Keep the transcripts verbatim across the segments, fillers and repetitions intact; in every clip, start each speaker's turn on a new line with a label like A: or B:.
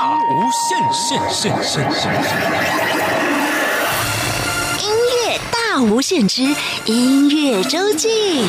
A: 大无限限限限限
B: 音乐大无限之音乐周记。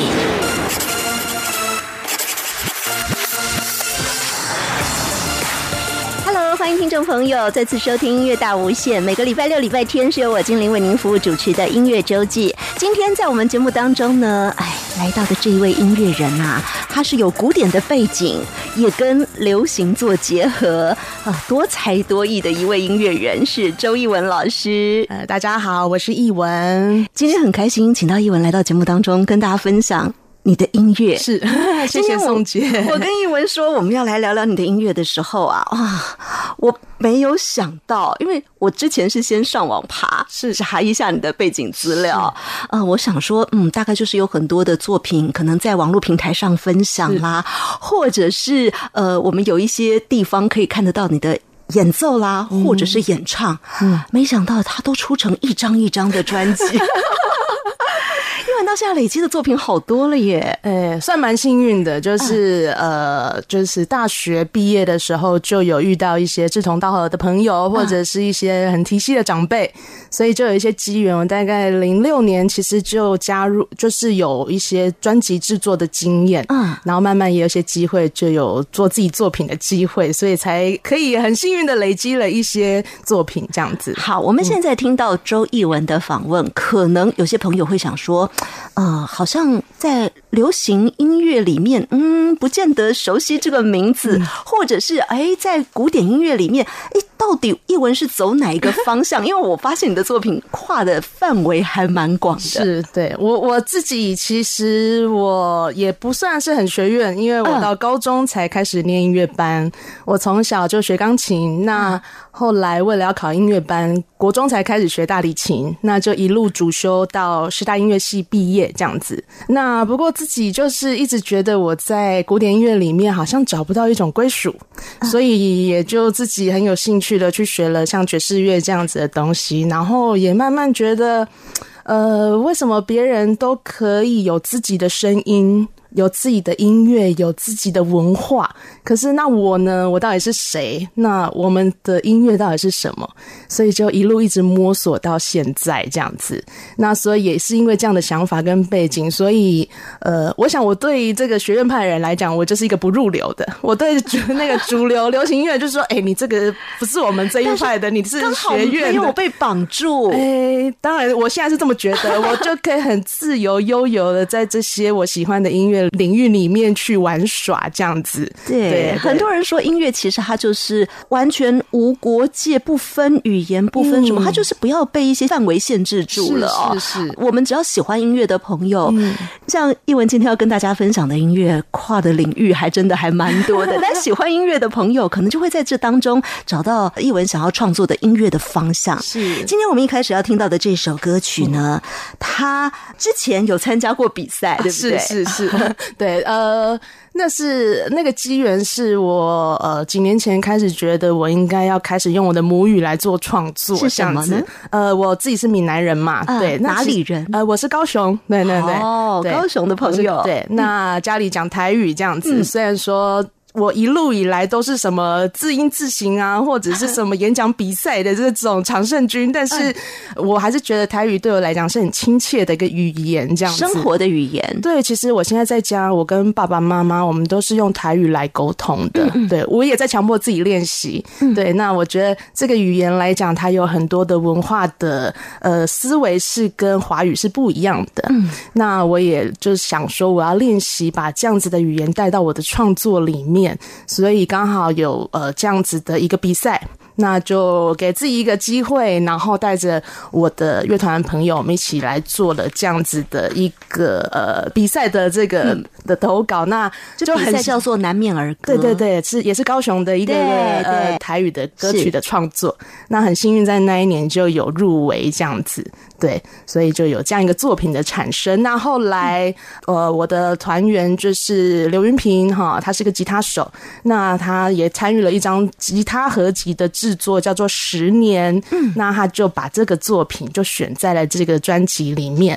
B: 欢迎听众朋友再次收听音乐大无限，每个礼拜六礼拜天是由我精灵为您服务主持的音乐周记。今天在我们节目当中呢，哎，来到的这一位音乐人啊，他是有古典的背景，也跟流行做结合啊，多才多艺的一位音乐人是周艺文老师。
C: 呃，大家好，我是艺文。
B: 今天很开心请到艺文来到节目当中跟大家分享你的音乐。
C: 是，谢谢宋姐。
B: 我, 我跟艺文说我们要来聊聊你的音乐的时候啊，哇，我没有想到，因为我之前是先上网爬，是查一下你的背景资料，呃，我想说，嗯，大概就是有很多的作品可能在网络平台上分享啦，或者是呃，我们有一些地方可以看得到你的演奏啦，或者是演唱，嗯，没想到它都出成一张一张的专辑。因为到现在累积的作品好多了耶，
C: 诶，算蛮幸运的，就是呃，就是大学毕业的时候就有遇到一些志同道合的朋友，或者是一些很提携的长辈，所以就有一些机缘。我大概零六年其实就加入，就是有一些专辑制作的经验，嗯，然后慢慢也有些机会，就有做自己作品的机会，所以才可以很幸运的累积了一些作品这样子。
B: 好，我们现在听到周艺文的访问，可能有些朋友会想说，呃，好像在流行音乐里面，嗯，不见得熟悉这个名字，嗯、或者是哎，在古典音乐里面，哎，到底艺文是走哪一个方向？因为我发现你的作品跨的范围还蛮广的。
C: 是，对，我我自己其实我也不算是很学院，因为我到高中才开始念音乐班，嗯、我从小就学钢琴，那后来为了要考音乐班，国中才开始学大提琴，那就一路主修到师大音乐系毕业这样子。那不过自己就是一直觉得我在古典音乐里面好像找不到一种归属，所以也就自己很有兴趣的去学了像爵士乐这样子的东西，然后也慢慢觉得呃，为什么别人都可以有自己的声音，有自己的音乐，有自己的文化，可是那我呢，我到底是谁？那我们的音乐到底是什么？所以就一路一直摸索到现在这样子。那所以也是因为这样的想法跟背景，所以呃，我想我对这个学院派的人来讲，我就是一个不入流的。我对那个主流流行音乐就是说，哎、欸，你这个不是我们这一派的，你是学院的，
B: 没有被绑住。
C: 哎、欸，当然我现在是这么觉得，我就可以很自由悠游的在这些我喜欢的音乐领域里面去玩耍这样子。
B: 对, 对, 对，很多人说音乐其实它就是完全无国界，不分语言，不分什么，它、嗯、就是不要被一些范围限制住了哦。
C: 是是是，
B: 我们只要喜欢音乐的朋友，嗯、像艺文今天要跟大家分享的音乐跨的领域还真的还蛮多的，但喜欢音乐的朋友可能就会在这当中找到艺文想要创作的音乐的方向。
C: 是，
B: 今天我们一开始要听到的这首歌曲呢，他之前有参加过比赛，对不对？
C: 是是是。对，呃，那是那个机缘，是我呃几年前开始觉得我应该要开始用我的母语来做创作。
B: 是什么呢？
C: 呃，我自己是闽南人嘛，呃、对，
B: 哪里人？
C: 呃，我是高雄，对对对，
B: 哦，
C: 对
B: 高雄的朋友，
C: 对，那家里讲台语这样子，嗯、虽然说我一路以来都是什么字音字形啊，或者是什么演讲比赛的这种常胜军，但是我还是觉得台语对我来讲是很亲切的一个语言，这样子
B: 生活的语言。
C: 对，其实我现在在家，我跟爸爸妈妈我们都是用台语来沟通的。嗯嗯，对，我也在强迫自己练习。嗯、对，那我觉得这个语言来讲，它有很多的文化的呃思维是跟华语是不一样的。嗯，那我也就是想说，我要练习把这样子的语言带到我的创作里面。所以刚好有呃这样子的一个比赛，那就给自己一个机会，然后带着我的乐团朋友，我们一起来做了这样子的一个呃比赛的这个、嗯、的投稿。那
B: 就比赛叫做南面儿歌，
C: 对对对，是也是高雄的一个呃台语的歌曲的创作。那很幸运在那一年就有入围这样子。对，所以就有这样一个作品的产生。那后来呃我的团员就是刘云平哈，他是个吉他手，那他也参与了一张吉他合集的制作叫做十年，嗯，那他就把这个作品就选在了这个专辑里面。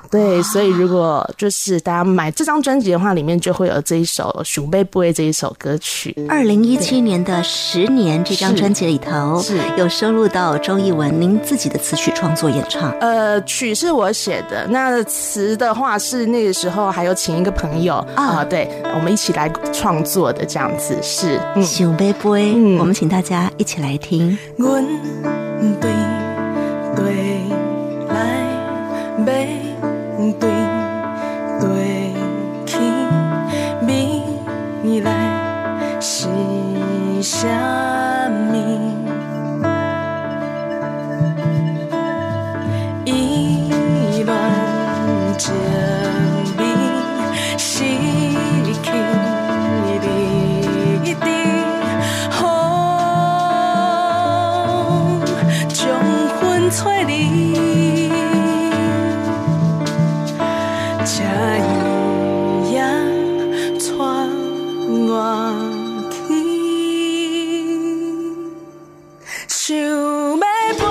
C: 对，所以如果就是大家买这张专辑的话，里面就会有这一首《想要飞》这一首歌曲。
B: 二零一七年的十年这张专辑里头，是有收录到周艺文您自己的词曲创作演唱。
C: 呃，曲是我写的，那词的话是那个时候还有请一个朋友啊、呃，对，我们一起来创作的这样子。是
B: 想要飞，嗯，我们请大家一起来听。
D: 阮对对来飞。对对去，未来是啥物？意乱情迷，失去你的风，将魂找你。这一夜带我去，想要飞，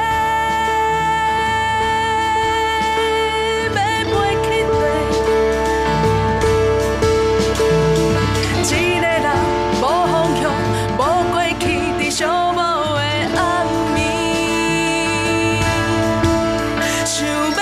D: 要飞去地，一个人无方向，无过去，伫寂寞的暗暝，想要。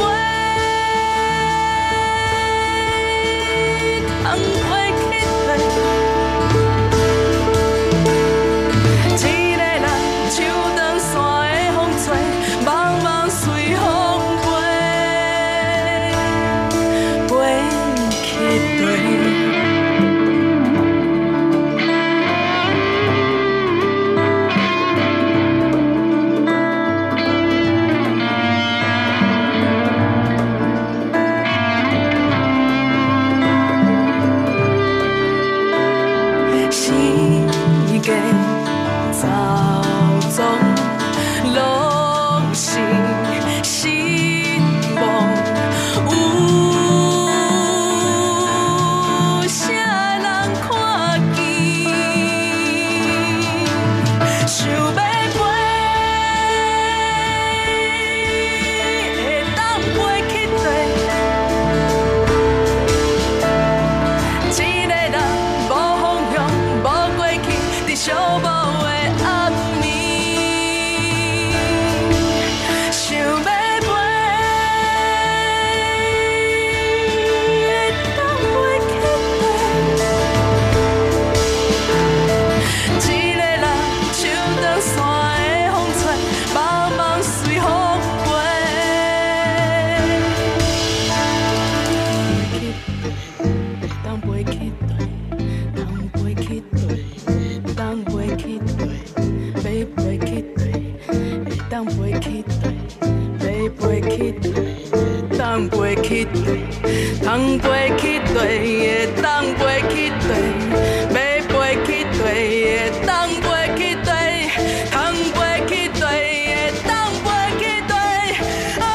D: 当飞去地，通飞去地，会当飞去地，要飞去地，会当飞去地，通飞去地，会当飞去地。啊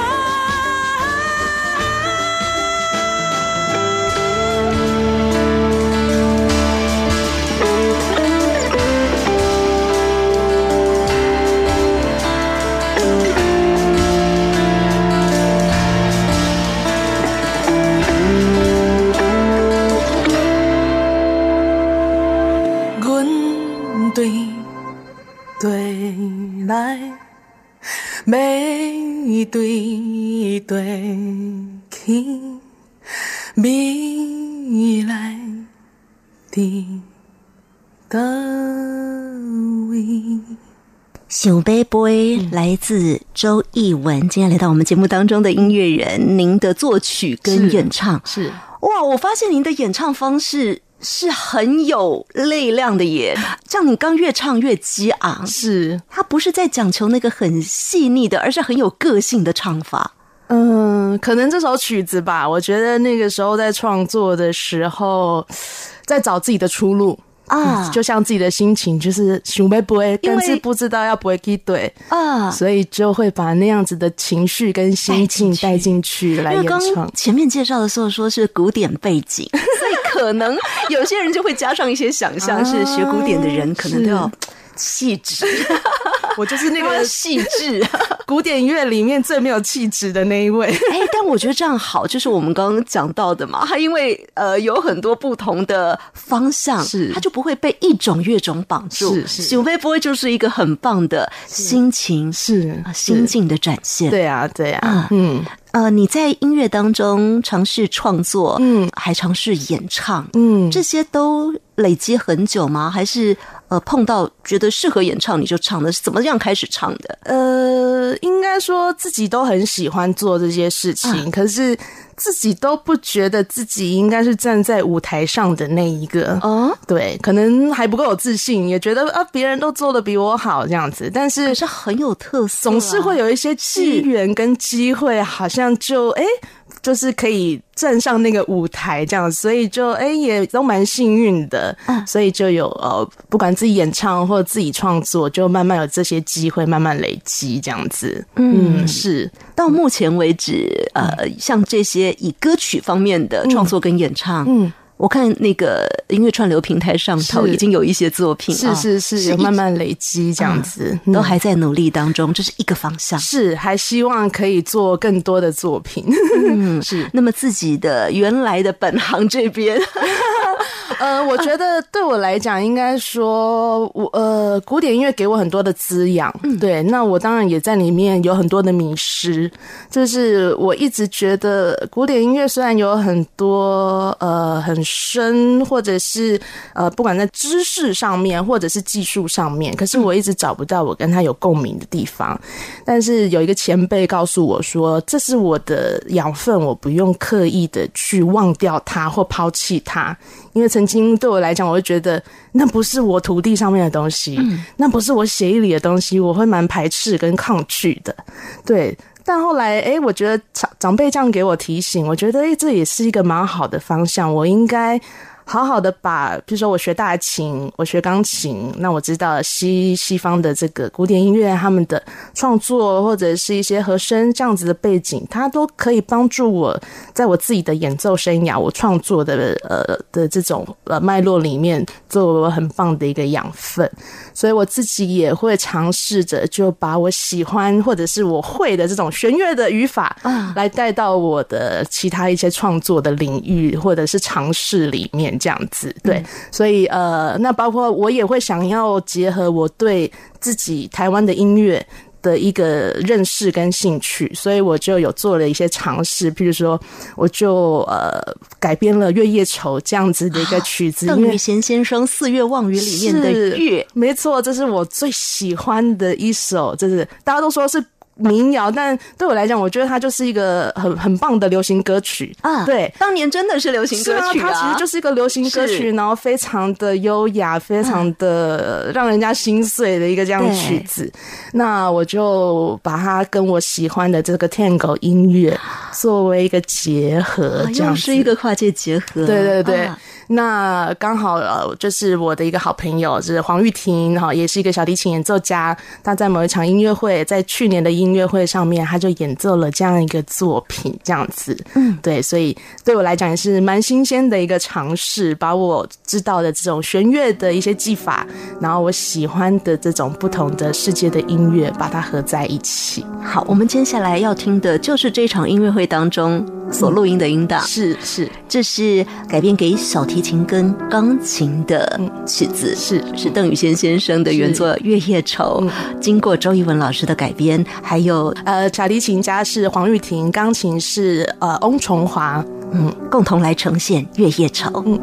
D: 对来，要对对去，未来伫倒位？
B: 想要飞来自周艺文，今天来到我们节目当中的音乐人，您的作曲跟演唱
C: 是, 是
B: 哇，我发现您的演唱方式是很有力量的耶，这样你刚越唱越激昂，
C: 是
B: 它不是在讲求那个很细腻的，而是很有个性的唱法。
C: 嗯，可能这首曲子吧，我觉得那个时候在创作的时候在找自己的出路啊、嗯，就像自己的心情，就是想要飞，但是不知道要飞去对啊，所以就会把那样子的情绪跟心境带进去来演唱。因为刚
B: 前面介绍的时候说是古典背景，所以可能有些人就会加上一些想象，是学古典的人可能都要细致，
C: 我就是那个
B: 细致。
C: 古典乐里面最没有气质的那一位。
B: 哎，但我觉得这样好，就是我们刚刚讲到的嘛，它因为呃有很多不同的方向，
C: 是
B: 它就不会被一种乐种绑住。
C: 是是，
B: 小飞不会就是一个很棒的心情
C: 是
B: 啊心境的展现。
C: 对啊，对啊，嗯。
B: 呃，你在音乐当中尝试创作，嗯，还尝试演唱，嗯，这些都累积很久吗？还是呃碰到觉得适合演唱你就唱的？是怎么样开始唱的？
C: 呃，应该说自己都很喜欢做这些事情，啊、可是自己都不觉得自己应该是站在舞台上的那一个。哦，对，可能还不够有自信，也觉得啊别人都做得比我好这样子，但是
B: 可是很有特色、啊，
C: 总是会有一些机缘跟机会，好像就哎。就是可以站上那个舞台这样，所以就哎、欸、也都蛮幸运的，嗯、所以就有呃不管自己演唱或者自己创作，就慢慢有这些机会慢慢累积这样子。嗯，嗯是
B: 到目前为止，呃，像这些以歌曲方面的创作跟演唱，嗯。嗯我看那个音乐串流平台上头已经有一些作品，
C: 是是是，有慢慢累积这样子、
B: 嗯，都还在努力当中，这是一个方向。
C: 是，还希望可以做更多的作品。
B: 嗯，是。那么自己的原来的本行这边，
C: 呃，我觉得对我来讲，应该说，我呃，古典音乐给我很多的滋养。嗯，对，那我当然也在里面有很多的迷失，就是我一直觉得古典音乐虽然有很多呃很深，或者是呃不管在知识上面或者是技术上面，可是我一直找不到我跟他有共鸣的地方。但是有一个前辈告诉我说，这是我的养分，我不用刻意的去忘掉它或抛弃它。因为曾经对我来讲，我会觉得那不是我土地上面的东西，嗯、那不是我血液里的东西，我会蛮排斥跟抗拒的。对。但后来，哎，我觉得长长辈这样给我提醒，我觉得，哎，这也是一个蛮好的方向。我应该好好的把，比如说我学大琴，我学钢琴，那我知道西西方的这个古典音乐，他们的创作或者是一些和声这样子的背景，它都可以帮助我在我自己的演奏生涯，我创作的呃的这种呃脉络里面，作为我很棒的一个养分。所以我自己也会尝试着就把我喜欢或者是我会的这种弦乐的语法来带到我的其他一些创作的领域或者是尝试里面这样子。对，所以呃，那包括我也会想要结合我对自己台湾的音乐的一个认识跟兴趣，所以我就有做了一些尝试，譬如说我就呃改编了《月夜愁》这样子的一个曲子。
B: 邓雨贤先生《四月望雨》里面的月，
C: 没错，这是我最喜欢的一首，就是大家都说是民谣，但对我来讲，我觉得它就是一个很很棒的流行歌曲啊！对，
B: 当年真的是流行歌曲啊，
C: 啊它其实就是一个流行歌曲，然后非常的优雅，非常的让人家心碎的一个这样的曲子。那我就把它跟我喜欢的这个 Tango 音乐作为一个结合，这样子、啊、
B: 又是一个跨界结合。
C: 对对对。啊那刚好呃，就是我的一个好朋友是黄玉婷哈，也是一个小提琴演奏家。他在某一场音乐会，在去年的音乐会上面，他就演奏了这样一个作品，这样子。嗯，对，所以对我来讲也是蛮新鲜的一个尝试，把我知道的这种弦乐的一些技法，然后我喜欢的这种不同的世界的音乐，把它合在一起。
B: 好，我们接下来要听的就是这场音乐会当中所录音的音档。
C: 嗯、是是，
B: 这是改编给小提琴跟钢琴的曲子，
C: 嗯、是
B: 是邓雨贤先生的原作《月夜愁》，嗯、经过周艺文老师的改编，还有
C: 呃小提琴家是黄玉婷，钢琴是呃翁崇华，
B: 嗯，共同来呈现《月夜愁》。嗯。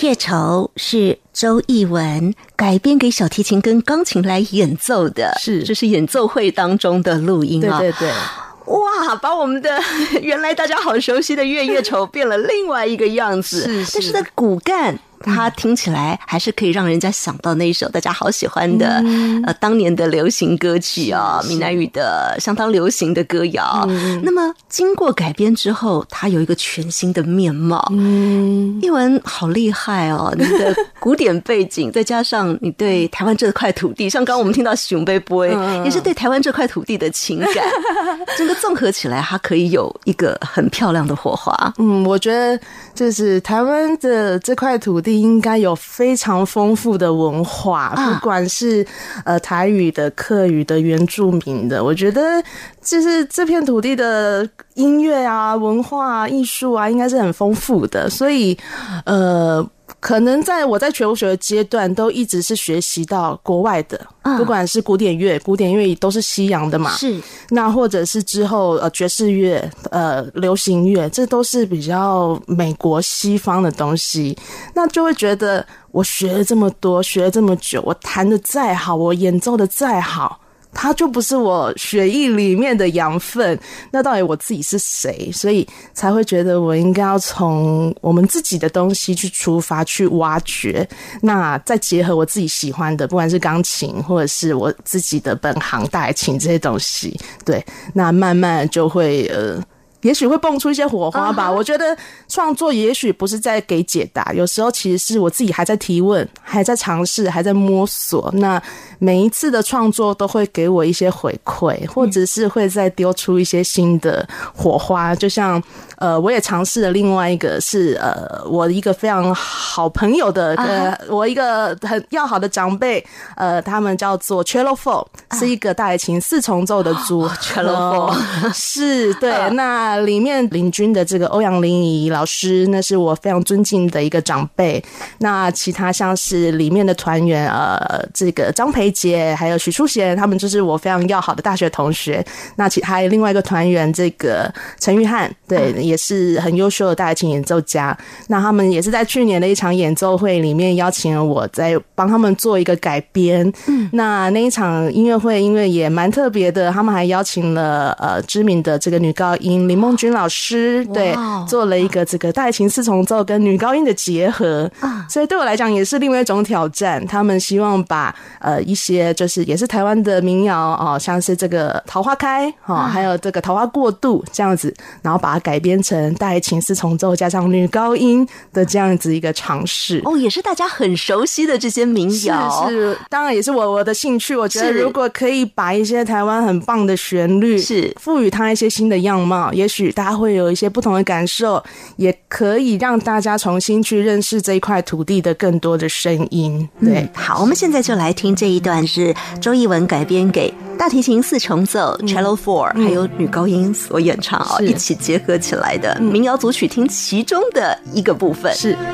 B: 月愁》是周艺文改编给小提琴跟钢琴来演奏的，
C: 是
B: 这是演奏会当中的录音啊。
C: 对对对。
B: 哇，把我们的原来大家好熟悉的《月夜愁》变了另外一个样子，
C: 是是
B: 但是的骨干它听起来还是可以让人家想到那一首大家好喜欢的、嗯、呃当年的流行歌曲啊、哦，闽南语的相当流行的歌谣、嗯、那么经过改编之后它有一个全新的面貌。嗯，艺文好厉害哦，你的古典背景再加上你对台湾这块土地，像刚刚我们听到熊杯杯、嗯、也是对台湾这块土地的情感，整个综合起来它可以有一个很漂亮的火花。
C: 嗯，我觉得就是台湾的这块土地应该有非常丰富的文化，不管是呃台语的、客语的、原住民的，我觉得就是这片土地的音乐啊、文化啊、艺术啊，应该是很丰富的。所以呃可能在我在求学的阶段都一直是学习到国外的、嗯、不管是古典乐古典乐都是西洋的嘛，是那或者是之后呃爵士乐呃流行乐，这都是比较美国西方的东西，那就会觉得我学了这么多学了这么久，我弹得再好，我演奏得再好，它就不是我血液里面的养分，那到底我自己是谁？所以才会觉得我应该要从我们自己的东西去出发去挖掘，那再结合我自己喜欢的，不管是钢琴或者是我自己的本行大提琴这些东西，对，那慢慢就会呃也许会蹦出一些火花吧。Uh-huh. 我觉得创作也许不是在给解答，有时候其实是我自己还在提问，还在尝试，还在摸索，那每一次的创作都会给我一些回馈，或者是会再丢出一些新的火花。就像呃我也尝试了另外一个是呃我一个非常好朋友的呃、uh-huh. 我一个很要好的长辈，呃他们叫做 Cello Four， 是一个大提琴四重奏的组合、uh-huh. Cello Four 是对、uh-huh. 那里面领军的这个欧阳林怡老师，那是我非常尊敬的一个长辈。那其他像是里面的团员，呃，这个张培杰还有许淑贤，他们就是我非常要好的大学同学。那其还有另外一个团员，这个陈玉翰，对，也是很优秀的大提琴演奏家。那他们也是在去年的一场演奏会里面邀请了我，在帮他们做一个改编。嗯，那那一场音乐会因为也蛮特别的，他们还邀请了呃知名的这个女高音林梦君老师，对，做了一个这个大提琴四重奏跟女高音的结合，所以对我来讲也是另外一种挑战。他们希望把呃一些就是也是台湾的民谣哦，像是这个桃花开哦，还有这个桃花过渡这样子，然后把它改编成大提琴四重奏加上女高音的这样子一个尝试。哦，
B: 也是大家很熟悉的这些民谣，
C: 是是，当然也是我我的兴趣。我觉得如果可以把一些台湾很棒的旋律是赋予它一些新的样貌，也许大家会有一些不同的感受，也可以让大家重新去认识这一块土地的更多的声音。对、
B: 嗯，好，我们现在就来听这一段是周艺文改编给大提琴四重奏 Cello Four、嗯、还有女高音所演唱哦，一起结合起来的民谣组曲，听其中的一个部分
C: 是。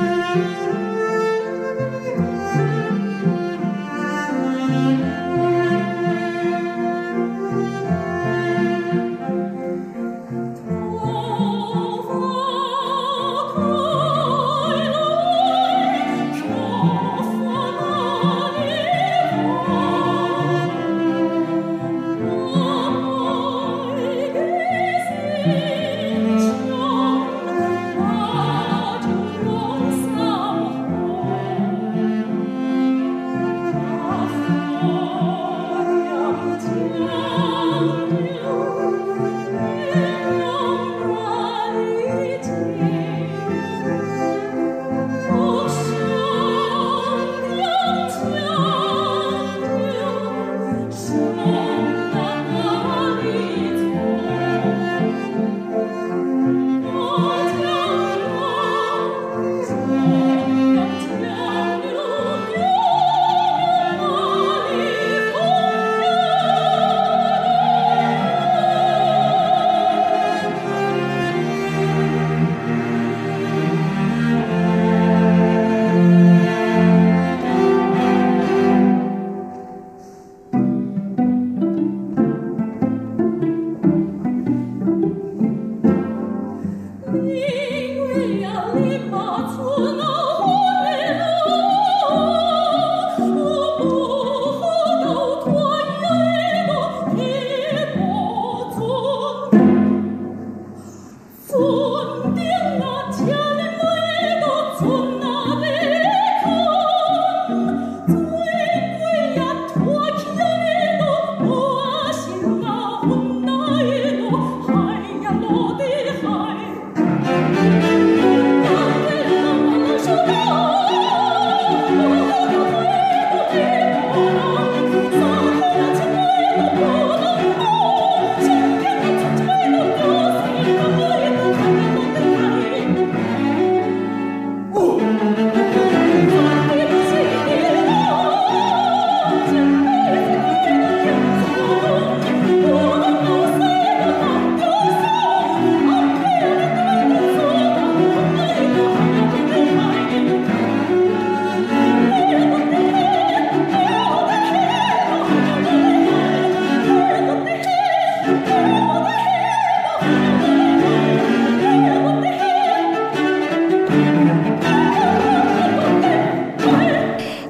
E: Some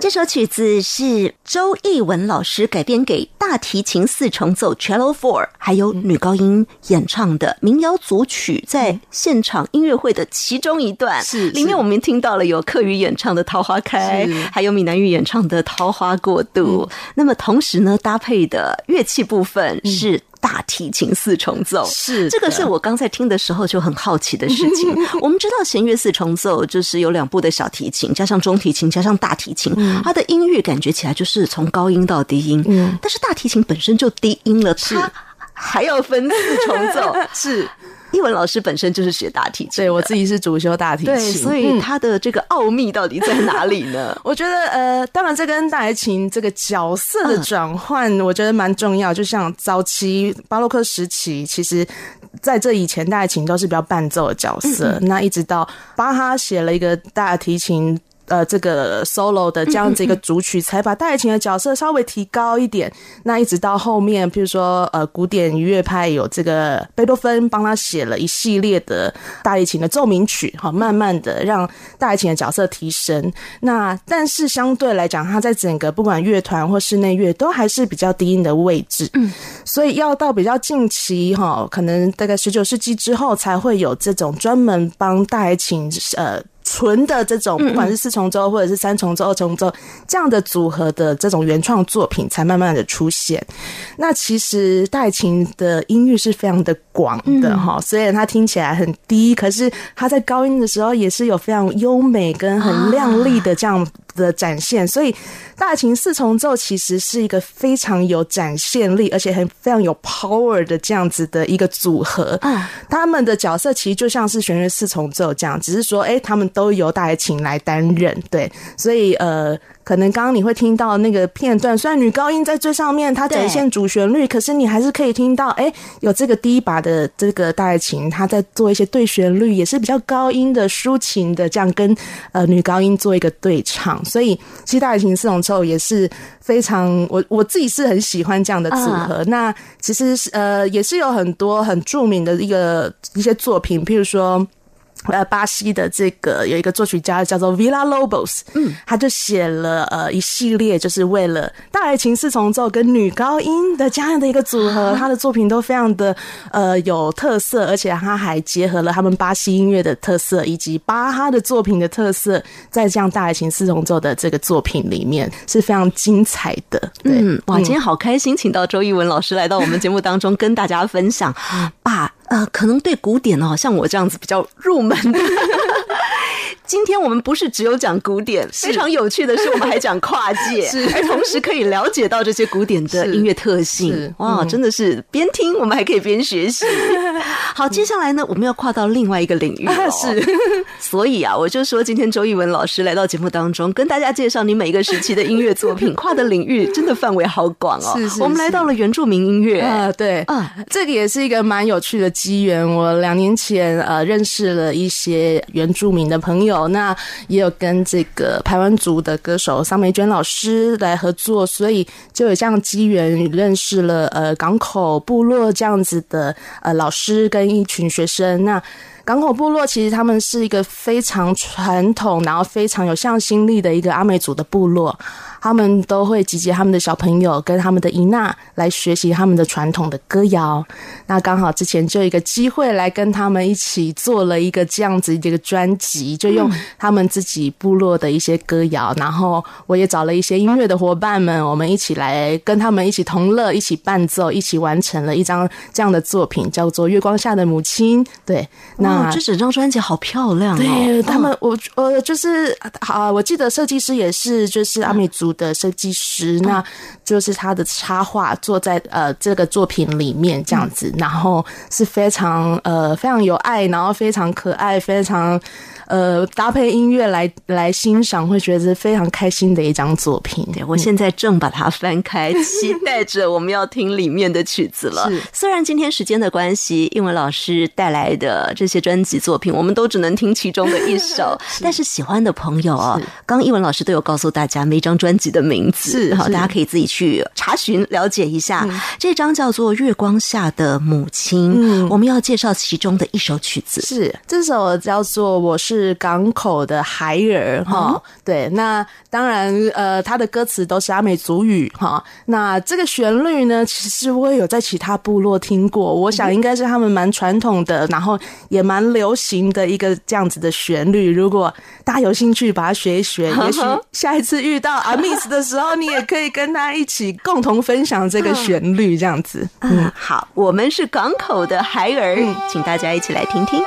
B: 这首曲子是周艺文老师改编给大提琴四重奏 Cello Four 还有女高音演唱的民谣组曲，在现场音乐会的其中一段，
C: 是
B: 里面我们听到了有客语演唱的《桃花开》，还有闽南语演唱的《桃花过渡》。嗯、那么同时呢，搭配的乐器部分是大提琴四重奏，
C: 是
B: 这个是我刚才听的时候就很好奇的事情。我们知道弦乐四重奏就是有两部的小提琴，加上中提琴，加上大提琴，嗯、它的音域感觉起来就是从高音到低音，嗯、但是大提琴本身就低音了，它还要分四重奏，
C: 是。
B: 艺文老师本身就是学大提琴，
C: 对，我自己是主修大提琴，
B: 对，所以他的这个奥秘到底在哪里呢？
C: 嗯、我觉得呃，当然这跟大提琴这个角色的转换，嗯、我觉得蛮重要。就像早期巴洛克时期，其实在这以前大提琴都是比较伴奏的角色，嗯嗯那一直到巴哈写了一个大提琴。呃，这个 solo 的这样子一个主曲，才把大提琴的角色稍微提高一点。那一直到后面，譬如说，呃，古典乐派有这个贝多芬帮他写了一系列的大提琴的奏鸣曲，好，慢慢的让大提琴的角色提升。那但是相对来讲，它在整个不管乐团或室内乐都还是比较低音的位置。嗯，所以要到比较近期哈，可能大概十九世纪之后，才会有这种专门帮大提琴呃。纯的这种不管是四重奏或者是三重奏二重奏这样的组合的这种原创作品才慢慢的出现。那其实大提琴的音域是非常的广的哈、嗯，虽然它听起来很低，可是它在高音的时候也是有非常优美跟很亮丽的这样的展现，所以大提琴四重奏其实是一个非常有展现力而且很非常有 power 的这样子的一个组合。嗯，他们的角色其实就像是弦乐四重奏这样，只是说哎、欸，他们都由大提琴来担任，对，所以呃可能刚刚你会听到那个片段，虽然女高音在最上面它展现主旋律，可是你还是可以听到哎、欸，有这个第一把的这个大提琴它在做一些对旋律，也是比较高音的抒情的，这样跟呃女高音做一个对唱。所以其实大提琴四重奏也是非常我我自己是很喜欢这样的组合。Uh. 那其实呃也是有很多很著名的一个一些作品，譬如说呃，巴西的这个有一个作曲家叫做 Villa-Lobos， 嗯，他就写了呃一系列，就是为了大提琴四重奏跟女高音的这样的一个组合，他的作品都非常的呃有特色，而且他还结合了他们巴西音乐的特色以及巴哈的作品的特色，在这样大提琴四重奏的这个作品里面是非常精彩的。对，
B: 嗯，哇，今天好开心，请到周艺文老师来到我们节目当中，跟大家分享，把呃可能对古典哦，像我这样子比较入门的。今天我们不是只有讲古典，非常有趣的是我们还讲跨界，而同时可以了解到这些古典的音乐特性。哇，真的是边听我们还可以边学习。好，接下来呢我们要跨到另外一个领域哦。是，所以啊我就说今天周艺文老师来到节目当中，跟大家介绍你每一个时期的音乐作品，跨的领域真的范围好广哦。是是是，我们来到了原住民音乐啊、
C: 呃，对啊、呃，这个也是一个蛮有趣的机缘。我两年前呃认识了一些原住民的朋友，那也有跟这个排湾族的歌手桑梅娟老师来合作，所以就有这样机缘认识了呃港口部落这样子的呃老师跟一群学生。那港口部落其实他们是一个非常传统然后非常有向心力的一个阿美族的部落，他们都会集结他们的小朋友跟他们的姨娜来学习他们的传统的歌谣。那刚好之前就有一个机会来跟他们一起做了一个这样子一个专辑，就用他们自己部落的一些歌谣，然后我也找了一些音乐的伙伴们，我们一起来跟他们一起同乐，一起伴奏，一起完成了一张这样的作品，叫做《月光下的母亲》。对，那
B: 这整张专辑好漂亮哦。
C: 对，他们我呃就是啊，我记得设计师也是就是阿美族的设计师，那就是他的插画做在呃这个作品里面这样子，然后是非常呃非常有爱，然后非常可爱，非常呃搭配音乐来来欣赏，会觉得是非常开心的一张作品。
B: 对，我现在正把它翻开，期待着我们要听里面的曲子了。虽然今天时间的关系，英文老师带来的这些专专辑作品，我们都只能听其中的一首。是但是喜欢的朋友哦，刚艺文老师都有告诉大家每一张专辑的名字，好，大家可以自己去查询了解一下。嗯、这张叫做《月光下的母亲》，嗯，我们要介绍其中的一首曲子，
C: 是这首叫做《我是港口的孩儿》哈、嗯。对，那当然，呃，它的歌词都是阿美族语哈。那这个旋律呢，其实我也有在其他部落听过，我想应该是他们蛮传统的，然后也蛮流行的一个这样子的旋律。如果大家有兴趣把它学一学，也许下一次遇到阿 Miss 的时候，你也可以跟他一起共同分享这个旋律，这样子。
B: 嗯，嗯好，我们是港口的孩儿，嗯、请大家一起来听听。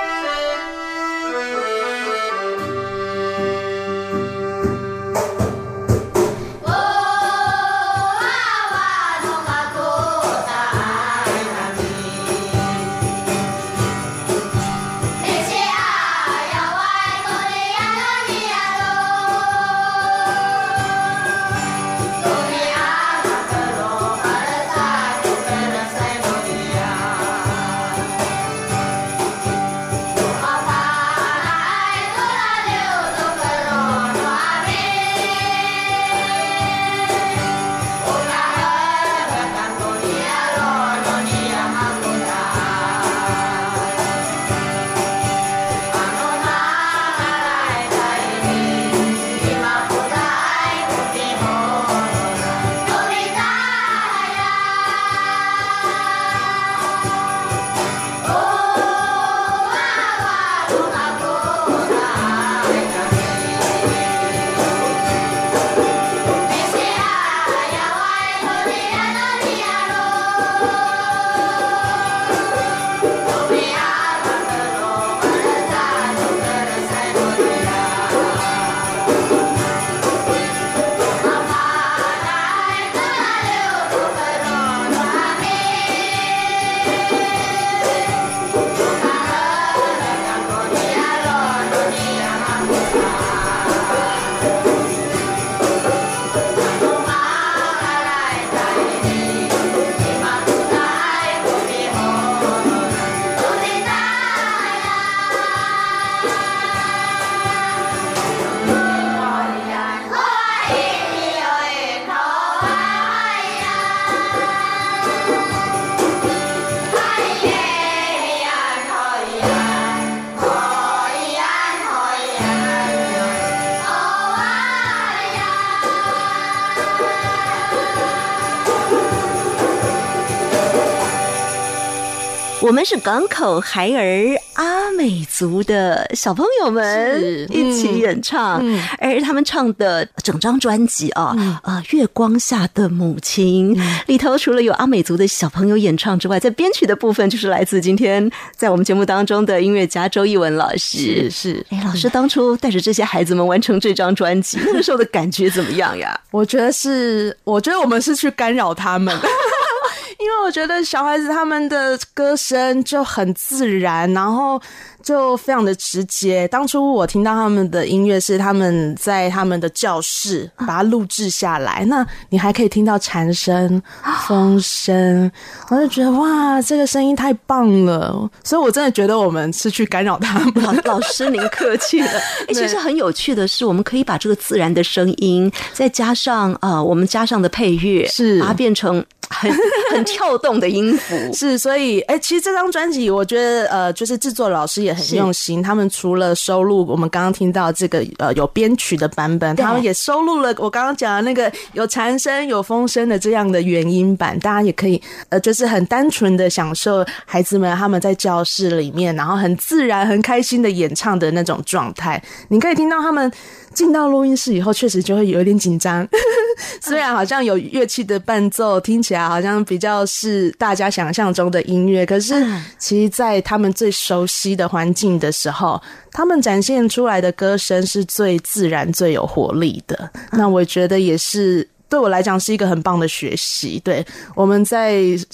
B: 我们是港口孩儿阿美族的小朋友们一起演唱，嗯嗯、而他们唱的整张专辑啊，嗯、呃，月光下的母亲、嗯、里头除了有阿美族的小朋友演唱之外，在编曲的部分就是来自今天在我们节目当中的音乐家周艺文老师。
C: 是是，
B: 哎，老师当初带着这些孩子们完成这张专辑，那个时候的感觉怎么样呀？
C: 我觉得是，我觉得我们是去干扰他们。因为我觉得小孩子他们的歌声就很自然，然后就非常的直接。当初我听到他们的音乐是他们在他们的教室把它录制下来，那你还可以听到蝉声、风声，我就觉得哇，这个声音太棒了。所以我真的觉得我们是去干扰他们。
B: 老, 老师您客气了。欸、其实很有趣的是，我们可以把这个自然的声音再加上呃我们加上的配乐，是把它变成很很跳动的音符。
C: 是，所以哎、欸，其实这张专辑我觉得呃就是制作老师也很用心，他们除了收录我们刚刚听到这个呃有编曲的版本，他们也收录了我刚刚讲的那个有蝉声有风声的这样的原音版，大家也可以呃就是很单纯的享受孩子们他们在教室里面然后很自然很开心的演唱的那种状态。你可以听到他们进到录音室以后确实就会有点紧张虽然好像有乐器的伴奏，听起来好像比较是大家想象中的音乐，可是其实在他们最熟悉的环境的时候，他们展现出来的歌声是最自然最有活力的。那我觉得也是对我来讲是一个很棒的学习。对，我们在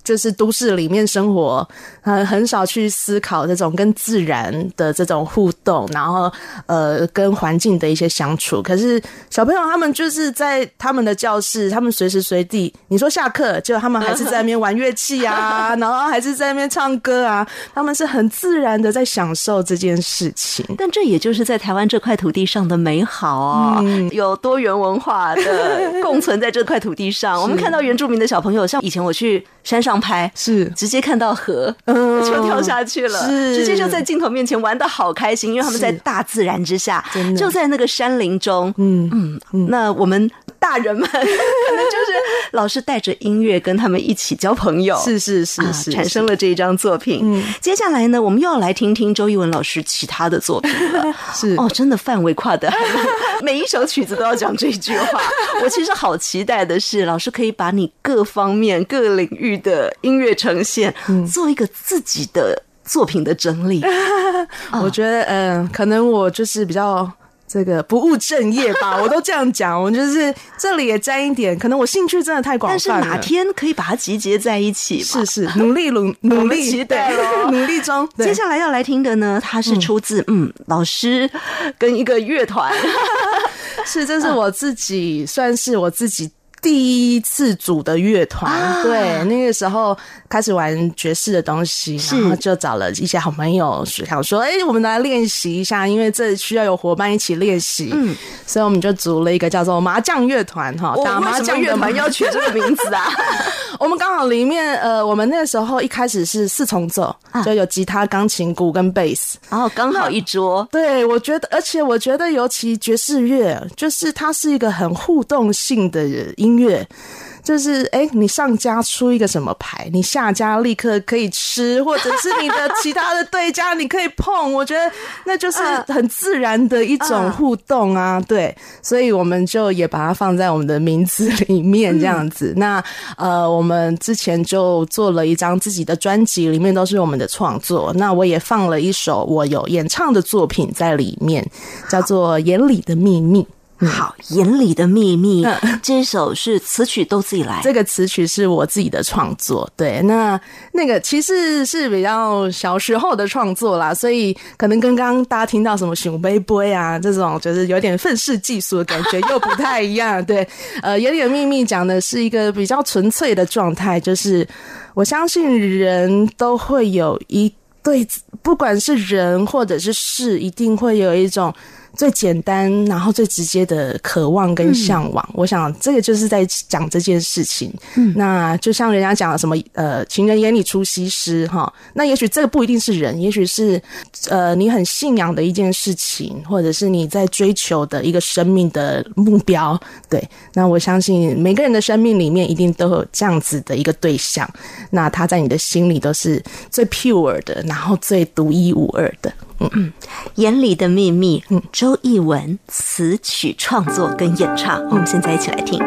C: 就是都市里面生活，很很少去思考这种跟自然的这种互动，然后呃跟环境的一些相处。可是小朋友他们就是在他们的教室，他们随时随地，你说下课，就他们还是在那边玩乐器啊，然后还是在那边唱歌啊，他们是很自然的在享受这件事情。
B: 但这也就是在台湾这块土地上的美好啊、哦嗯，有多元文化的共存在这块土地上。我们看到原住民的小朋友，像以前我去山上拍，是直接看到河，嗯，就跳下去了，是直接就在镜头面前玩得好开心，因为他们在大自然之下，就在那个山林中，嗯嗯嗯。那我们大人们可能就是老师带着音乐跟他们一起交朋友，是是是是、啊，产生了这一张作品。嗯，接下来呢，我们又要来听听周艺文老师其他的作品了。是哦，真的范围跨的，每一首曲子都要讲这句话。我其实好期待的是，老师可以把你各方面各领域的音乐呈现，嗯、做一个自己的作品的整理。
C: 我觉得，嗯、呃，可能我就是比较。这个不务正业吧，我都这样讲。我就是这里也沾一点，可能我兴趣真的太广泛了。
B: 但是哪天可以把它集结在一起吧？
C: 是是，努力努努力，
B: 期待咯，
C: 努力中。
B: 接下来要来听的呢，它是出自 嗯, 嗯老师跟一个乐团，
C: 是这是我自己、啊、算是我自己。第一次组的乐团、啊，对，那个时候开始玩爵士的东西，然后就找了一些好朋友，想说，哎、欸，我们来练习一下，因为这需要有伙伴一起练习，嗯，所以我们就组了一个叫做麻将乐团，哈，打麻将
B: 乐团要取这个名字啊。
C: 我们刚好里面，呃，我们那个时候一开始是四重奏，啊、就有吉他、钢琴、鼓跟贝斯，
B: 然后刚好一桌。
C: 对，我觉得，而且我觉得，尤其爵士乐，就是它是一个很互动性的音乐。就是哎、欸，你上家出一个什么牌，你下家立刻可以吃，或者是你的其他的对家你可以碰，我觉得那就是很自然的一种互动啊。对，所以我们就也把它放在我们的名字里面这样子。嗯、那呃，我们之前就做了一张自己的专辑，里面都是我们的创作。那我也放了一首我有演唱的作品在里面，叫做《眼里的秘密》。
B: 好，眼里的秘密、嗯、这首是词曲都自己来，
C: 这个词曲是我自己的创作。对，那那个其实是比较小时候的创作啦，所以可能跟刚刚大家听到什么熊杯杯啊这种就是有点愤世嫉俗的感觉又不太一样。对，呃，眼里的秘密讲的是一个比较纯粹的状态，就是我相信人都会有一对，不管是人或者是事，一定会有一种最简单然后最直接的渴望跟向往、嗯、我想这个就是在讲这件事情、嗯、那就像人家讲的什么呃情人眼里出西施哈，那也许这个不一定是人，也许是呃你很信仰的一件事情，或者是你在追求的一个生命的目标。对，那我相信每个人的生命里面一定都有这样子的一个对象，那他在你的心里都是最 pure 的，然后最独一无二的。嗯，
B: 眼里的秘密，嗯，周艺文词曲创作跟演唱，我们现在一起来听。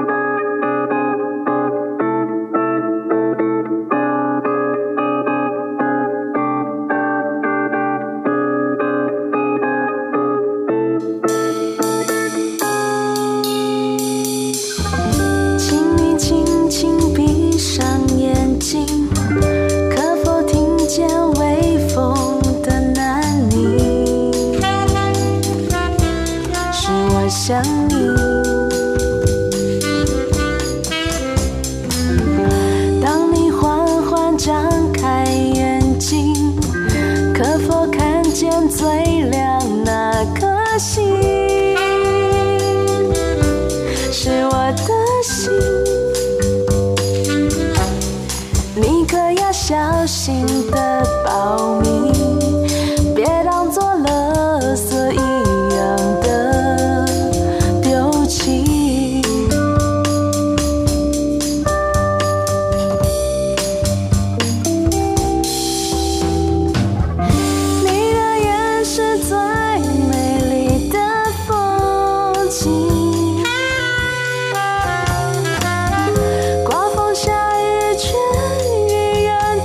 E: 请你轻轻闭上眼睛，可否听见微风想你，当你缓缓张开眼睛，可否看见最亮那颗星？是我的心，你可要小心的保密，别当作垃圾一样的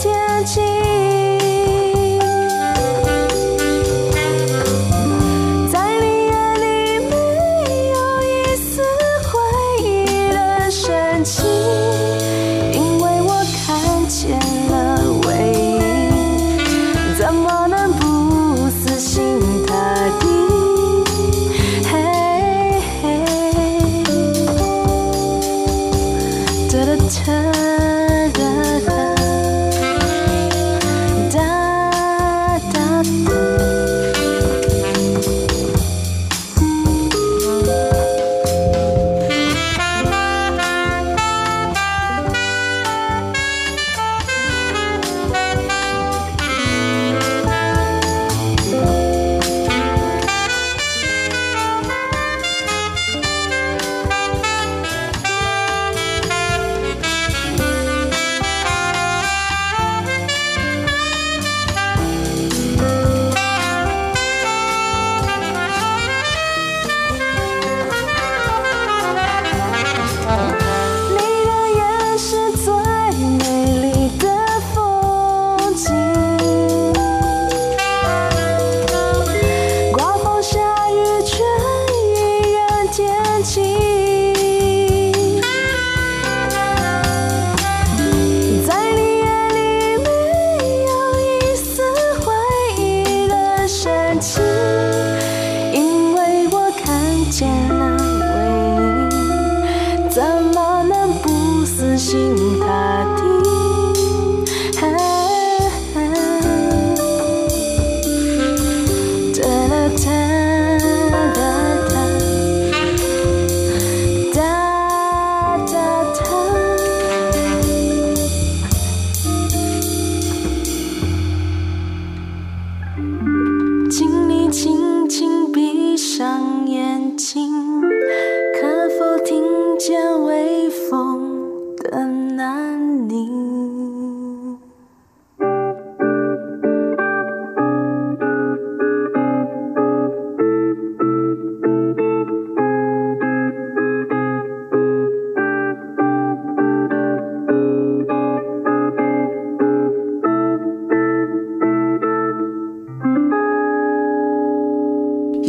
E: 在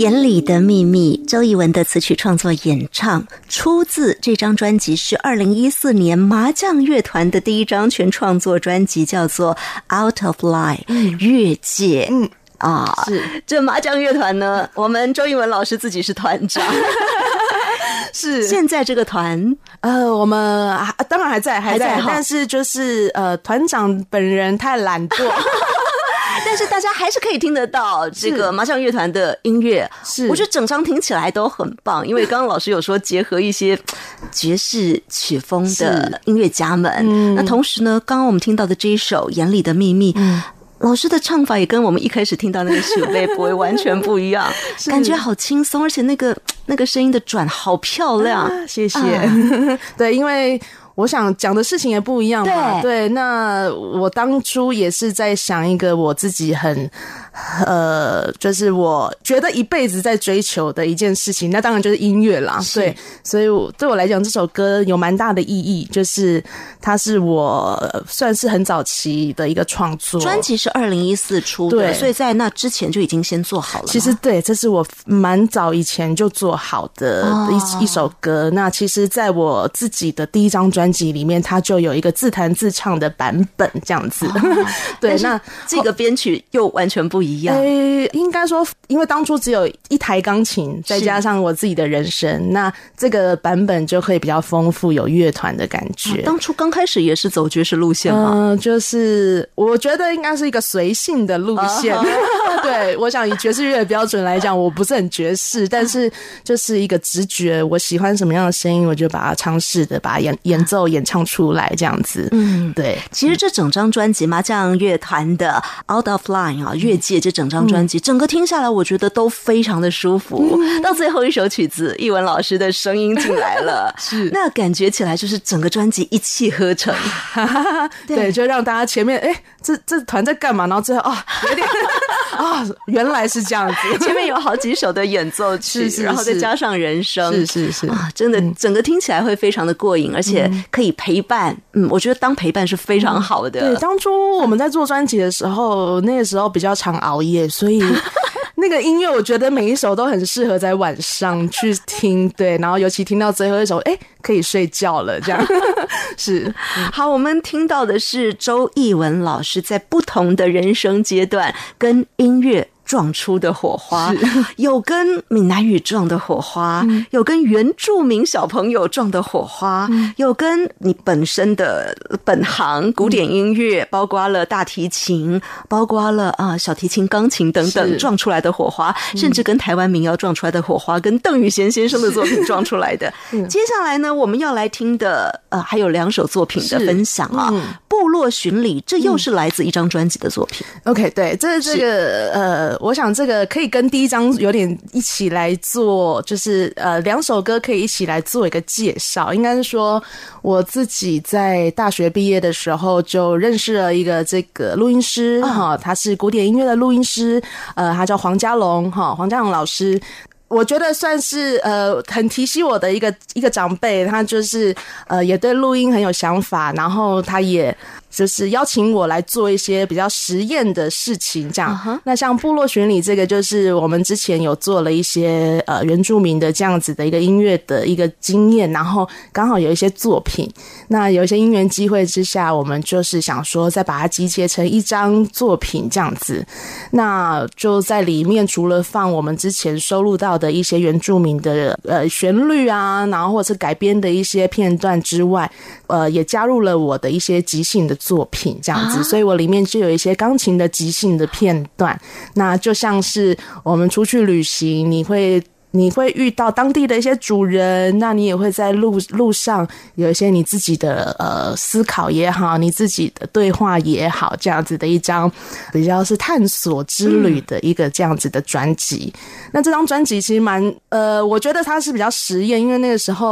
B: 眼里的秘密，周艺文的词曲创作演唱，出自这张专辑是二零一四年麻将乐团的第一张全创作专辑，叫做 Out of Line、嗯、越界。嗯啊，是这麻将乐团呢，我们周艺文老师自己是团长。
C: 是
B: 现在这个团，
C: 呃，我们当然还在，还在，但是就是呃，团长本人太懒惰。
B: 但是大家还是可以听得到这个麻将乐团的音乐，是我觉得整张听起来都很棒，因为刚刚老师有说结合一些爵士曲风的音乐家们，嗯、那同时呢，刚刚我们听到的这一首《眼里的秘密》，嗯，老师的唱法也跟我们一开始听到那个曲类不会完全不一样，感觉好轻松，而且那个那个声音的转好漂亮，啊、
C: 谢谢。啊、对，因为我想讲的事情也不一样嘛。对，对，那我当初也是在想一个我自己很呃，就是我觉得一辈子在追求的一件事情，那当然就是音乐啦。对，所以我对我来讲，这首歌有蛮大的意义，就是它是我算是很早期的一个创作。
B: 专辑是二零一四出的，对，所以在那之前就已经先做好了。
C: 其实对，这是我蛮早以前就做好的一、哦、一首歌。那其实在我自己的第一张专辑里面，它就有一个自弹自唱的版本这样子。哦、对，那
B: 这个编曲又完全不一样。
C: 诶、欸，应该说，因为当初只有一台钢琴，再加上我自己的人声，那这个版本就可以比较丰富，有乐团的感觉。
B: 啊、当初刚开始也是走爵士路线吗？
C: 嗯、呃，就是我觉得应该是一个随性的路线。Uh-huh. 对，我想以爵士乐的标准来讲，我不是很爵士，但是就是一个直觉，我喜欢什么样的声音，我就把它尝试的把它演演奏、演唱出来，这样子。嗯，对。
B: 其实这整张专辑麻将乐团的 Out of Line 啊，越界这整张专辑、嗯、整个听下来我觉得都非常的舒服、嗯、到最后一首曲子艺文老师的声音进来了是那感觉起来就是整个专辑一气呵成
C: 对, 对，就让大家前面哎、欸，这这团在干嘛，然后最后啊有点啊原来是这样子
B: 前面有好几首的演奏曲是是是然后再加上人声
C: 是是是
B: 啊，真的、嗯、整个听起来会非常的过瘾，而且可以陪伴嗯，我觉得当陪伴是非常好的、
C: 嗯、对，当初我们在做专辑的时候那个时候比较常熬夜，所以那个音乐我觉得每一首都很适合在晚上去听，对，然后尤其听到最后一首哎、欸，可以睡觉了这样是
B: 好，我们听到的是周艺文老师在不同的人生阶段跟音乐撞出的火花，有跟闽南语撞的火花、嗯、有跟原住民小朋友撞的火花、嗯、有跟你本身的本行古典音乐、嗯、包括了大提琴包括了、呃、小提琴钢琴等等撞出来的火花、嗯、甚至跟台湾民谣撞出来的火花，跟邓雨贤先生的作品撞出来的、嗯、接下来呢我们要来听的呃还有两首作品的分享啊、嗯、部落巡礼，这又是来自一张专辑的作品、
C: 嗯、OK 对，这这个呃我想这个可以跟第一张有点一起来做，就是呃两首歌可以一起来做一个介绍。应该是说我自己在大学毕业的时候就认识了一个这个录音师哈、嗯，他是古典音乐的录音师，呃，他叫黄家龙哈，黄家龙老师。我觉得算是呃很提携我的一个一个长辈，他就是呃也对录音很有想法，然后他也就是邀请我来做一些比较实验的事情这样、uh-huh. 那像部落巡礼这个就是我们之前有做了一些呃原住民的这样子的一个音乐的一个经验，然后刚好有一些作品，那有一些因缘机会之下，我们就是想说再把它集结成一张作品这样子，那就在里面除了放我们之前收录到的一些原住民的呃旋律啊，然后或者是改编的一些片段之外，呃也加入了我的一些即兴的作品这样子、啊、所以我里面就有一些钢琴的即兴的片段，那就像是我们出去旅行，你会你会遇到当地的一些主人，那你也会在路路上有一些你自己的呃思考也好，你自己的对话也好，这样子的一张比较是探索之旅的一个这样子的专辑、嗯、那这张专辑其实蛮呃我觉得它是比较实验，因为那个时候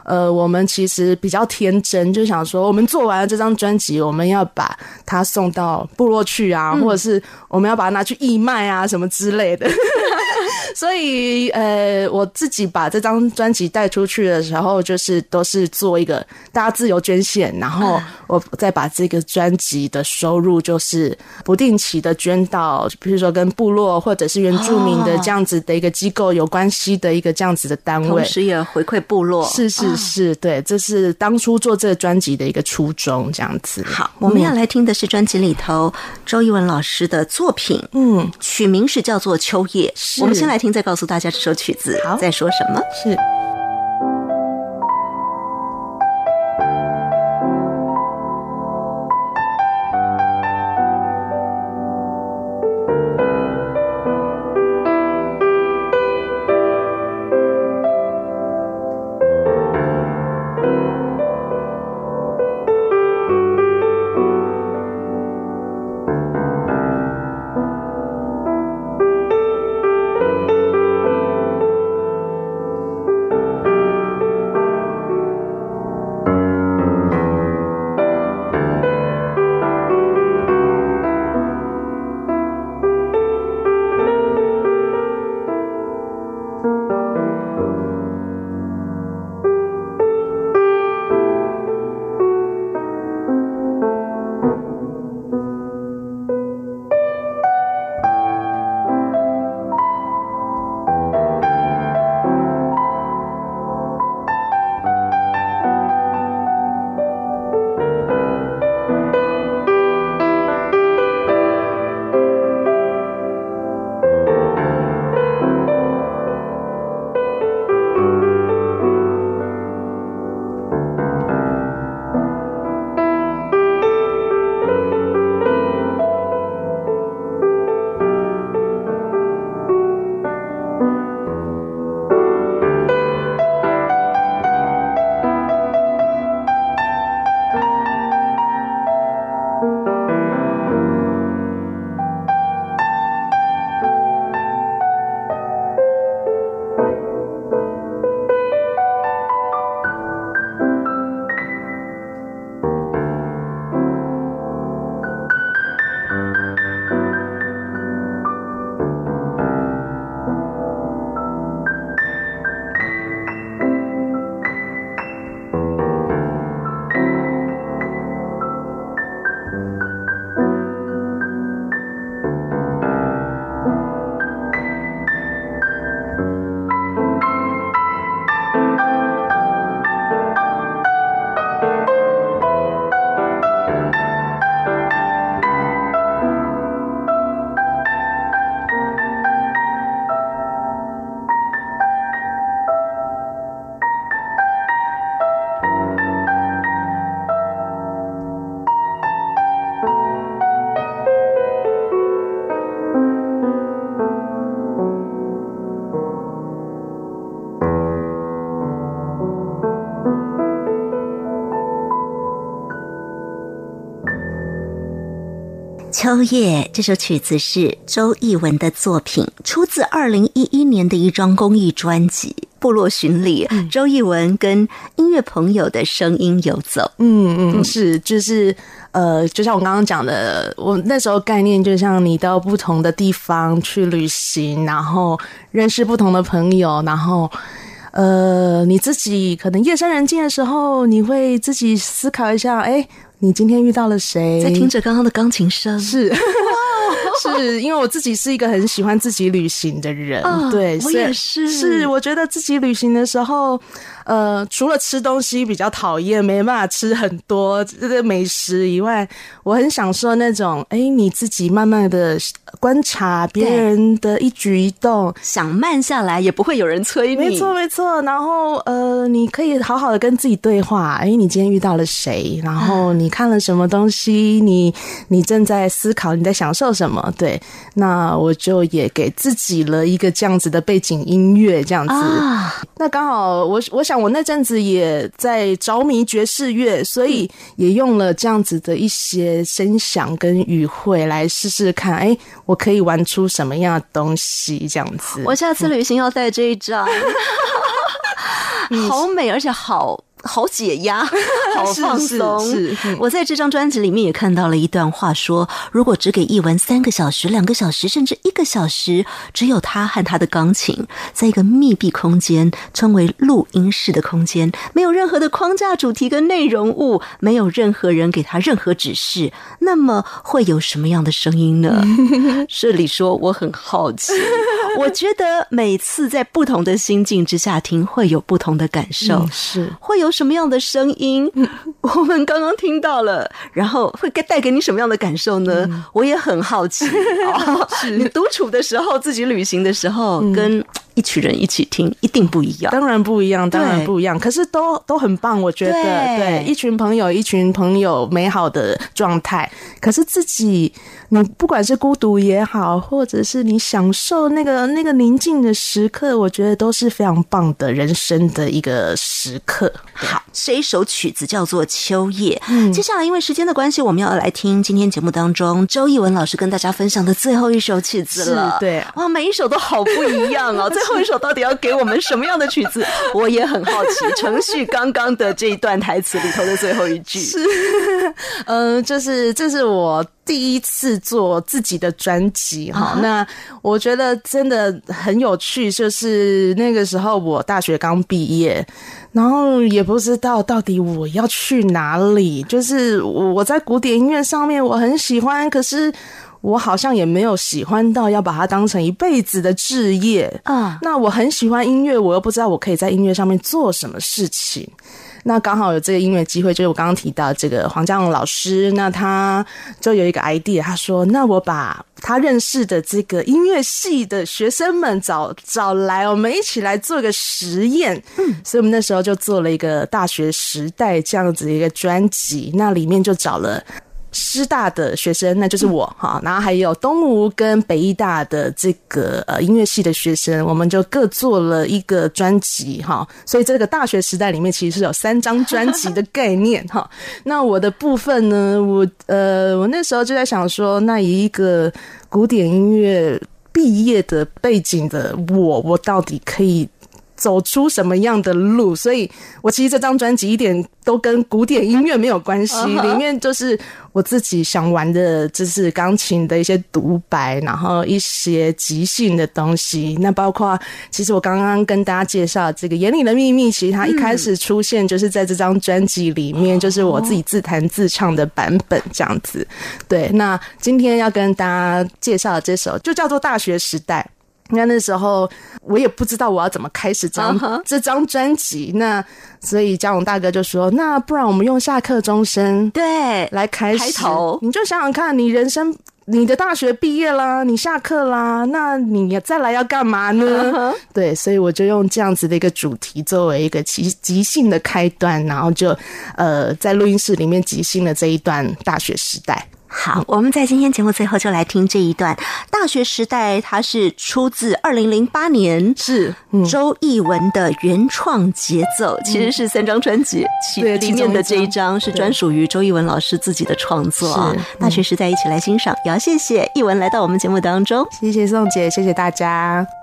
C: 呃，我们其实比较天真，就想说，我们做完了这张专辑，我们要把它送到部落去啊，嗯、或者是我们要把它拿去义卖啊，什么之类的。所以，呃，我自己把这张专辑带出去的时候，就是都是做一个大家自由捐献，然后我再把这个专辑的收入，就是不定期的捐到，比如说跟部落或者是原住民的这样子的一个机构有关系的一个这样子的单位，
B: 同时也回馈部落。
C: 是是是，啊、对，这是当初做这个专辑的一个初衷，这样子。
B: 好，我们要来听的是专辑里头周艺文老师的作品，嗯，曲名是叫做《秋叶》。我们先来听，再告诉大家这首曲子在说什么。
C: 是。
B: 秋叶这首曲子是周艺文的作品，出自二零一一年的一张公益专辑《部落巡礼》，嗯、周艺文跟音乐朋友的声音游走。
C: 嗯嗯，是，就是呃，就像我刚刚讲的，我那时候概念就像你到不同的地方去旅行，然后认识不同的朋友，然后呃，你自己可能夜深人静的时候，你会自己思考一下，哎，你今天遇到了谁？
B: 在听着刚刚的钢琴声，
C: 是，是因为我自己是一个很喜欢自己旅行的人，哦、对，
B: 我也是，
C: 是我觉得自己旅行的时候，呃，除了吃东西比较讨厌，没办法吃很多这个美食以外，我很享受那种，哎，你自己慢慢的观察别人的一举一动，
B: 想慢下来也不会有人催你，
C: 没错没错。然后呃，你可以好好的跟自己对话，哎，你今天遇到了谁？然后你看了什么东西？你你正在思考，你在享受什么？对，那我就也给自己了一个这样子的背景音乐，这样子。啊、那刚好我我想我那阵子也在着迷爵士乐，所以也用了这样子的一些声响跟语汇来试试看，哎，我可以玩出什么样的东西？这样子。
B: 我下次旅行要带这一张。 好美，而且好。好解压，好放松。
C: 是是是，
B: 我在这张专辑里面也看到了一段话说，如果只给艺文三个小时、两个小时，甚至一个小时，只有他和他的钢琴，在一个密闭空间，称为录音室的空间，没有任何的框架、主题跟内容物，没有任何人给他任何指示，那么会有什么样的声音呢？这里说我很好奇，我觉得每次在不同的心境之下听，会有不同的感受，
C: 嗯、是
B: 会有什么样的声音？我们刚刚听到了，然后会带给你什么样的感受呢？嗯、我也很好奇。哦、是你独处的时候，自己旅行的时候，嗯、跟一群人一起听，一定不一样。
C: 当然不一样，当然不一样。可是都都很棒，我觉得。对，对一群朋友，一群朋友美好的状态。可是自己，你不管是孤独也好，或者是你享受那个那个宁静的时刻，我觉得都是非常棒的人生的一个时刻。
B: 好，这一首曲子叫做《秋叶》。嗯，接下来因为时间的关系，我们要来听今天节目当中周艺文老师跟大家分享的最后一首曲子了。
C: 对，
B: 哇，每一首都好不一样哦。最后一首到底要给我们什么样的曲子？我也很好奇。程序刚刚的这一段台词里头的最后一句，
C: 是，嗯、呃，就是这是我第一次做自己的专辑哈， uh-huh. 那我觉得真的很有趣，就是那个时候我大学刚毕业，然后也不知道到底我要去哪里，就是我在古典音乐上面我很喜欢，可是我好像也没有喜欢到要把它当成一辈子的志业啊。Uh. 那我很喜欢音乐，我又不知道我可以在音乐上面做什么事情。那刚好有这个音乐机会，就是我刚刚提到这个黄家荣老师，那他就有一个 idea， 他说那我把他认识的这个音乐系的学生们找找来，我们一起来做个实验。嗯，所以我们那时候就做了一个大学时代这样子的一个专辑，那里面就找了师大的学生，那就是我哈、嗯，然后还有东吴跟北艺大的这个呃音乐系的学生，我们就各做了一个专辑哈，所以这个大学时代里面其实是有三张专辑的概念哈。那我的部分呢，我呃我那时候就在想说，那以一个古典音乐毕业的背景的我，我到底可以走出什么样的路？所以我其实这张专辑一点都跟古典音乐没有关系， uh-huh. 里面就是我自己想玩的，就是钢琴的一些独白，然后一些即兴的东西。那包括其实我刚刚跟大家介绍这个眼里的秘密，其实它一开始出现就是在这张专辑里面、嗯、就是我自己自弹自唱的版本这样子。对，那今天要跟大家介绍的这首就叫做大学时代。那那时候我也不知道我要怎么开始这张、uh-huh. 这张专辑，那所以嘉荣大哥就说，那不然我们用下课钟声
B: 对
C: 来开始
B: 开头，
C: 你就想想看，你人生你的大学毕业啦，你下课啦，那你再来要干嘛呢、uh-huh. 对，所以我就用这样子的一个主题作为一个即即兴的开端，然后就呃在录音室里面即兴了这一段大学时代。
B: 好，我们在今天节目最后就来听这一段大学时代，它是出自二零零八年
C: 是、
B: 嗯、周艺文的原创节奏、嗯、其实是三张专辑里面的这一张是专属于周艺文老师自己的创作啊。大学时代一起来欣赏，也要谢谢艺文来到我们节目当中。
C: 谢谢宋姐，谢谢大家。